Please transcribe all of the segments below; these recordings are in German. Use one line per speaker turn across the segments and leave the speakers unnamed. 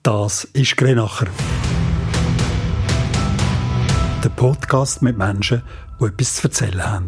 Das ist Grenacher. Der Podcast mit Menschen, die etwas zu erzählen haben.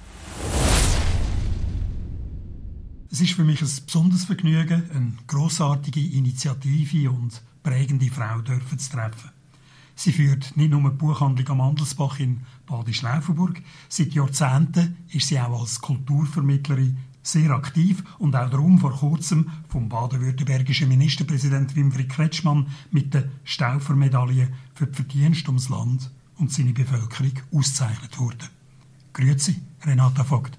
Es ist für mich ein besonderes Vergnügen, eine grossartige Initiative und prägende Frau zu treffen. Sie führt nicht nur die Buchhandlung am Andelsbach in Badisch-Laufenburg. Seit Jahrzehnten ist sie auch als Kulturvermittlerin sehr aktiv und auch darum vor kurzem vom baden-württembergischen Ministerpräsident Winfried Kretschmann mit der Stauffer-Medaille für die Verdienste ums Land und seine Bevölkerung ausgezeichnet worden. Grüezi, Renata Vogt.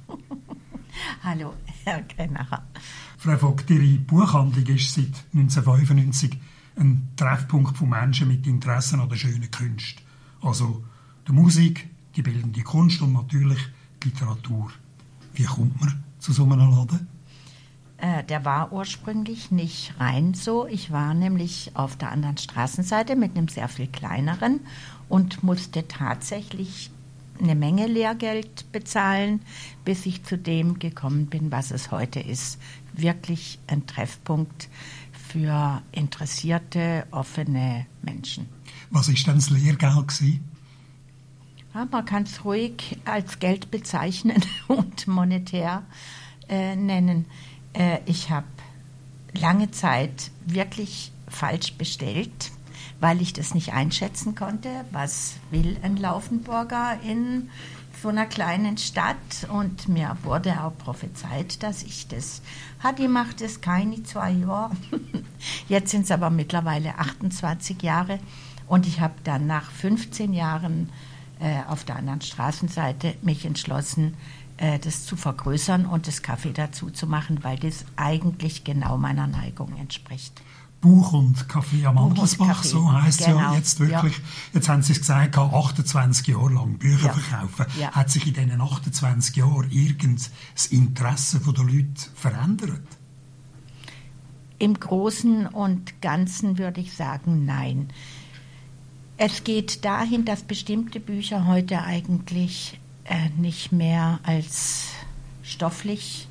Hallo, Herr Grenacher.
Frau Vogt, Ihre Buchhandlung ist seit 1995 ein Treffpunkt von Menschen mit Interessen an der schönen Kunst. Also der Musik, die bildende Kunst und natürlich die Literatur. Wie kommt man zu so einem Laden?
Der war ursprünglich nicht rein so. Ich war nämlich auf der anderen Straßenseite mit einem sehr viel kleineren und musste tatsächlich eine Menge Lehrgeld bezahlen, bis ich zu dem gekommen bin, was es heute ist. Wirklich ein Treffpunkt für interessierte, offene Menschen.
Was war denn das Lehrgeld gewesen?
Ja, man kann es ruhig als Geld bezeichnen und monetär nennen. Ich habe lange Zeit wirklich falsch bestellt, weil ich das nicht einschätzen konnte. Was will ein Laufenburger in so einer kleinen Stadt? Und mir wurde auch prophezeit, dass ich das hatte. Ich mache das keine 2 Jahre. Jetzt sind es aber mittlerweile 28 Jahre. Und ich habe dann nach 15 Jahren auf der anderen Straßenseite mich entschlossen, das zu vergrößern und das Café dazu zu machen, weil das eigentlich genau meiner Neigung entspricht.
Buch und Kaffee am Andelsbach, so heisst es ja jetzt wirklich. Ja. Jetzt haben Sie es gesagt, 28 Jahre lang Bücher verkaufen. Ja. Hat sich in diesen 28 Jahren das Interesse der Leute verändert?
Im Großen und Ganzen würde ich sagen, nein. Es geht dahin, dass bestimmte Bücher heute eigentlich nicht mehr als stofflich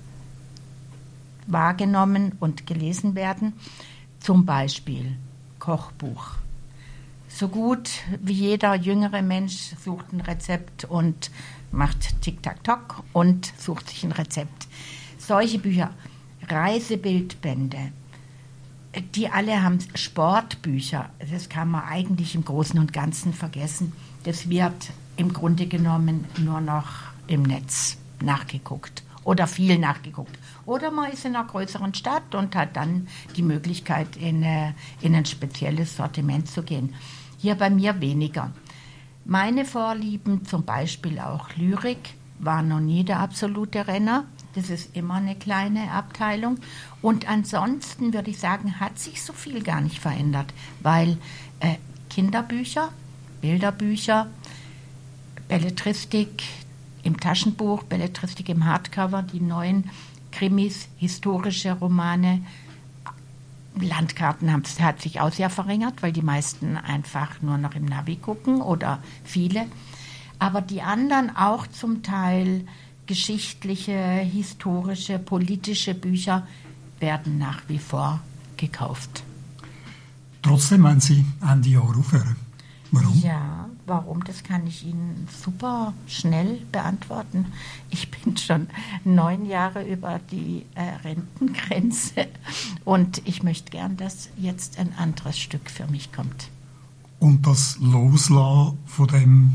wahrgenommen und gelesen werden. Zum Beispiel Kochbuch. So gut wie jeder jüngere Mensch sucht ein Rezept und macht Tic-Tac-Toc und sucht sich ein Rezept. Solche Bücher, Reisebildbände, die alle haben Sportbücher. Das kann man eigentlich im Großen und Ganzen vergessen. Das wird im Grunde genommen nur noch im Netz nachgeguckt oder viel nachgeguckt. Oder man ist in einer größeren Stadt und hat dann die Möglichkeit, in ein spezielles Sortiment zu gehen. Hier bei mir weniger. Meine Vorlieben, zum Beispiel auch Lyrik, waren noch nie der absolute Renner. Das ist immer eine kleine Abteilung. Und ansonsten würde ich sagen, hat sich so viel gar nicht verändert, weil Kinderbücher, Bilderbücher, Belletristik im Taschenbuch, Belletristik im Hardcover, die neuen Krimis, historische Romane, Landkarten hat sich auch sehr verringert, weil die meisten einfach nur noch im Navi gucken oder viele. Aber die anderen auch zum Teil geschichtliche, historische, politische Bücher werden nach wie vor gekauft.
Trotzdem wollen Sie Ende Jahr aufhören. Warum?
Ja, warum? Das kann ich Ihnen super schnell beantworten. Ich bin schon 9 Jahre über die Rentengrenze und ich möchte gern, dass jetzt ein anderes Stück für mich kommt.
Und das Loslassen von dem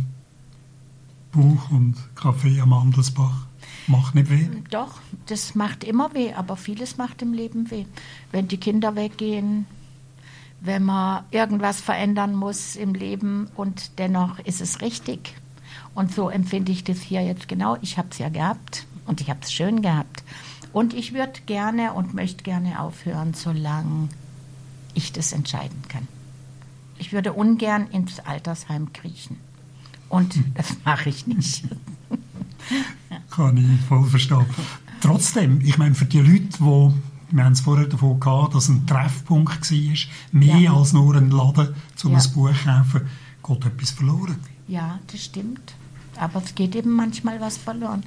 Buch und Kaffee am Andelsbach macht nicht weh?
Doch, das macht immer weh, aber vieles macht im Leben weh. Wenn die Kinder weggehen, wenn man irgendwas verändern muss im Leben und dennoch ist es richtig. Und so empfinde ich das hier jetzt genau. Ich habe es ja gehabt und ich habe es schön gehabt. Und ich würde gerne und möchte gerne aufhören, solange ich das entscheiden kann. Ich würde ungern ins Altersheim kriechen. Und das mache ich nicht.
Kann ich voll verstehen. Trotzdem, ich meine, für die Leute, die, wir haben es vorher davon gehabt, dass ein Treffpunkt war, mehr als nur ein Laden, um ein Buch zu kaufen, geht etwas verloren.
Ja, das stimmt. Aber es geht eben manchmal was verloren.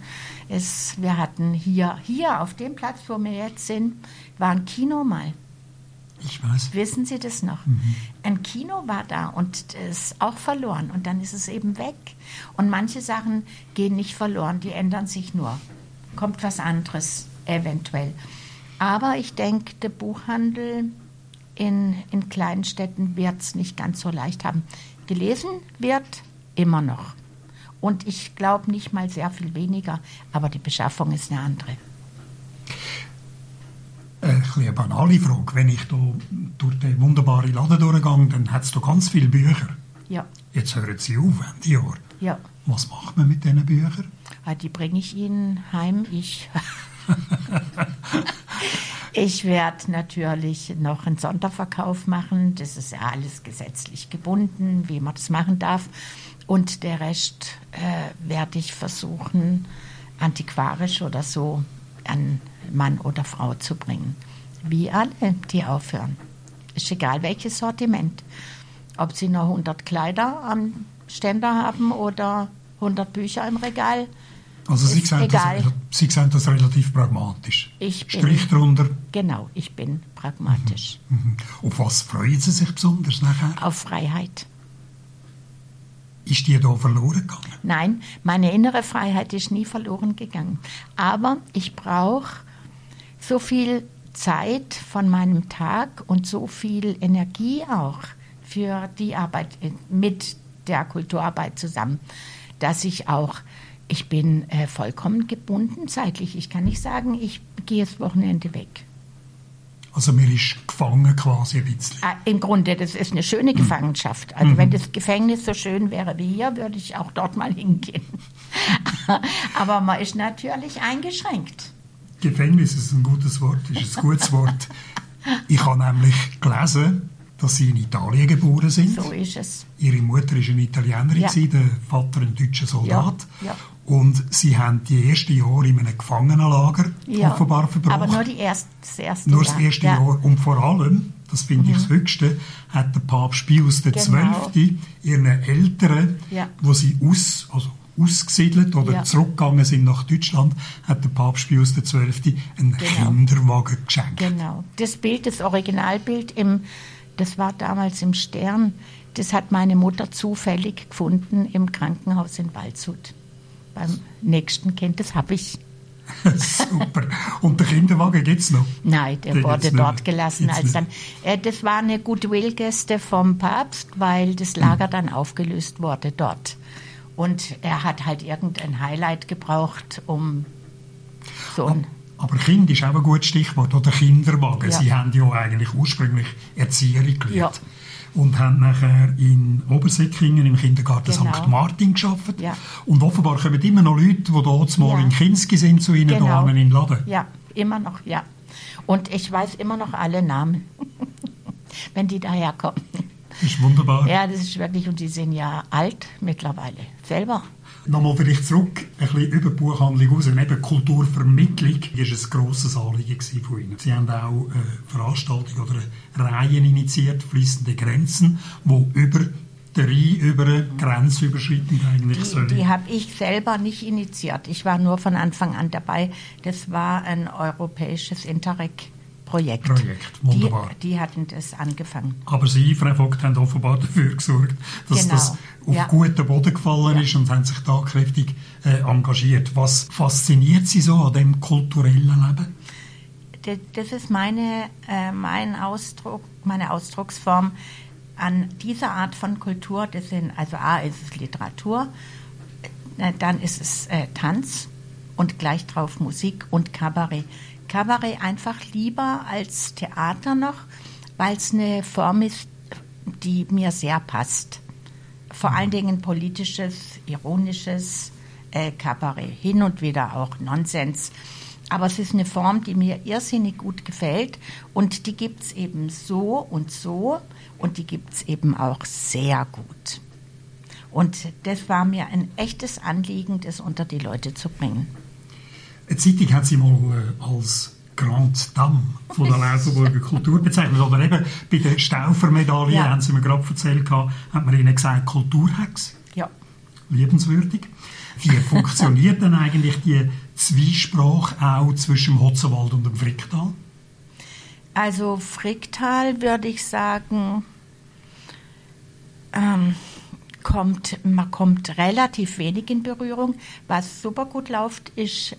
Wir hatten hier auf dem Platz, wo wir jetzt sind, war ein Kino mal.
Ich weiß.
Wissen Sie das noch? Ein Kino war da und ist auch verloren und dann ist es eben weg. Und manche Sachen gehen nicht verloren, die ändern sich nur. Kommt was anderes eventuell. Aber ich denke, der Buchhandel in kleinen Städten wird es nicht ganz so leicht haben. Gelesen wird immer noch. Und ich glaube nicht mal sehr viel weniger, aber die Beschaffung ist eine andere.
Eine banale Frage. Wenn ich da durch den wunderbaren Laden durchgehe, dann hat es da ganz viele Bücher.
Ja.
Jetzt hören Sie auf, Ende Jahr.
Ja.
Was macht man mit diesen Büchern?
Die bringe ich Ihnen heim. Ich werde natürlich noch einen Sonderverkauf machen. Das ist ja alles gesetzlich gebunden, wie man das machen darf. Und der Rest werde ich versuchen, antiquarisch oder so an Mann oder Frau zu bringen. Wie alle, die aufhören. Ist egal, welches Sortiment. Ob sie noch 100 Kleider am Ständer haben oder 100 Bücher im Regal.
Also Sie sehen das relativ pragmatisch. Strich drunter.
Genau, ich bin pragmatisch.
Auf was freuen Sie sich besonders nachher?
Auf Freiheit.
Ist die da verloren gegangen?
Nein, meine innere Freiheit ist nie verloren gegangen. Aber ich brauche so viel Zeit von meinem Tag und so viel Energie auch für die Arbeit mit der Kulturarbeit zusammen, dass ich bin vollkommen gebunden zeitlich. Ich kann nicht sagen, ich gehe das Wochenende weg.
Also mir ist gefangen quasi ein bisschen.
Im Grunde, das ist eine schöne Gefangenschaft. Also wenn das Gefängnis so schön wäre wie hier, würde ich auch dort mal hingehen. Aber man ist natürlich eingeschränkt.
Gefängnis ist ein gutes Wort, ist ein gutes Wort. Ich habe nämlich gelesen, dass Sie in Italien geboren sind.
So ist es.
Ihre Mutter war eine Italienerin,
Ja.
Der Vater ein deutscher Soldat.
Ja.
Und Sie haben die ersten Jahre in einem Gefangenenlager offenbar verbracht.
Aber nur das erste
Nur das erste Jahr. Und vor allem, das finde ich das Höchste, hat der Papst Pius XII. Ihren Eltern, wo sie ausgesiedelt oder zurückgegangen sind nach Deutschland, hat der Papst Pius XII. Einen Kinderwagen geschenkt.
Genau. Das Bild, das Originalbild, das war damals im Stern, das hat meine Mutter zufällig gefunden im Krankenhaus in Waldshut. Beim nächsten Kind, das habe ich.
Super. Und den Kinderwagen gibt es noch?
Nein, der wurde dort gelassen. Das war eine Goodwill-Geste vom Papst, weil das Lager dann aufgelöst wurde dort. Und er hat halt irgendein Highlight gebraucht, um so ein...
Aber Kind ist auch ein gutes Stichwort, oder Kinderwagen. Ja. Sie haben ja eigentlich ursprünglich Erzieherin gelernt. Ja. Und haben nachher in Obersäckingen im Kindergarten St. Martin gearbeitet. Ja. Und offenbar kommen immer noch Leute, die dort mal in Kinski sind, zu Ihnen da in den Laden.
Ja, immer noch, ja. Und ich weiß immer noch alle Namen, wenn die daherkommen.
Das ist wunderbar.
Ja, das ist wirklich, und die sind ja alt mittlerweile, selber.
Nochmal vielleicht zurück, ein bisschen über die Buchhandlung raus. Eben Kulturvermittlung war ein grosses Anliegen von Ihnen. Sie haben auch eine Veranstaltung oder eine Reihe initiiert, «Fließende Grenzen», die über den Rhein, über grenzüberschreitend eigentlich
Die habe ich selber nicht initiiert. Ich war nur von Anfang an dabei. Das war ein europäisches Interreg-Projekt.
Wunderbar.
Die hatten das angefangen.
Aber Sie, Frau Vogt, haben offenbar dafür gesorgt, dass das auf guten Boden gefallen ist und haben sich da kräftig engagiert. Was fasziniert Sie so an dem kulturellen Leben?
Das ist meine Ausdrucksform an dieser Art von Kultur. Das sind, also A ist es Literatur, dann ist es Tanz und gleich drauf Musik und Kabarett. Kabarett einfach lieber als Theater noch, weil es eine Form ist, die mir sehr passt. Vor allen Dingen politisches, ironisches Kabarett. Hin und wieder auch Nonsens. Aber es ist eine Form, die mir irrsinnig gut gefällt. Und die gibt es eben so. Und die gibt es eben auch sehr gut. Und das war mir ein echtes Anliegen, das unter die Leute zu bringen.
Eine Zeitung hat Sie mal als Grande Dame von der Lausenburger Kultur bezeichnet. Oder eben bei der Stauffer-Medaille, haben Sie mir gerade erzählt, hat man Ihnen gesagt, Kulturhex.
Ja.
Liebenswürdig. Wie funktioniert denn eigentlich die Zwiesprache auch zwischen dem Hotzenwald und dem Fricktal?
Also Fricktal würde ich sagen, man kommt relativ wenig in Berührung. Was super gut läuft, ist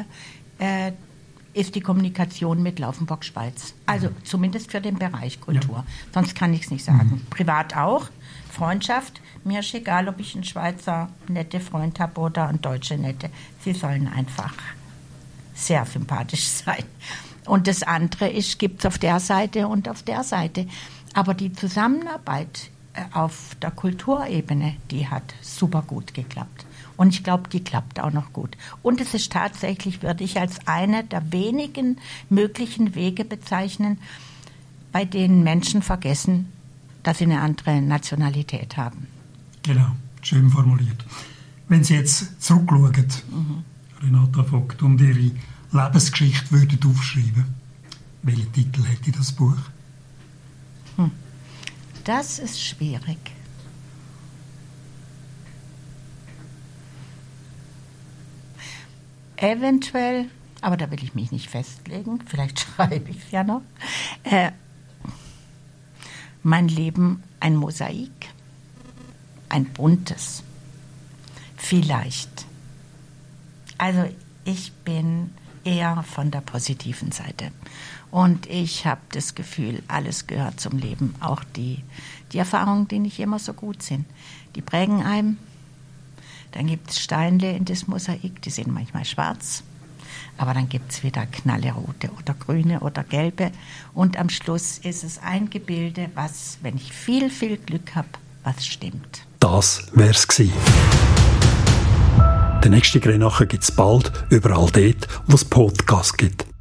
die Kommunikation mit Laufenburg-Schweiz. Also zumindest für den Bereich Kultur. Ja. Sonst kann ich es nicht sagen. Privat auch. Freundschaft. Mir ist egal, ob ich einen Schweizer nette Freund habe oder einen Deutsche nette. Sie sollen einfach sehr sympathisch sein. Und das andere gibt es auf der Seite und auf der Seite. Aber die Zusammenarbeit auf der Kulturebene, die hat super gut geklappt. Und ich glaube, die klappt auch noch gut. Und es ist tatsächlich, würde ich als eine der wenigen möglichen Wege bezeichnen, bei denen Menschen vergessen, dass sie eine andere Nationalität haben.
Genau, schön formuliert. Wenn Sie jetzt zurückschauen, Renata Vogt, und Ihre Lebensgeschichte würden aufschreiben, welchen Titel hätte das Buch?
Das ist schwierig. Eventuell, aber da will ich mich nicht festlegen, vielleicht schreibe ich es ja noch, mein Leben ein Mosaik, ein buntes, vielleicht. Also ich bin eher von der positiven Seite. Und ich habe das Gefühl, alles gehört zum Leben. Auch die Erfahrungen, die nicht immer so gut sind. Die prägen einem. Dann gibt es Steinle in das Mosaik, die sind manchmal schwarz. Aber dann gibt es wieder knallerote oder grüne oder gelbe. Und am Schluss ist es ein Gebilde, was, wenn ich viel, viel Glück habe, was stimmt.
Das wär's gewesen. Den nächsten Grenache gibt's bald, überall dort, wo es Podcasts gibt.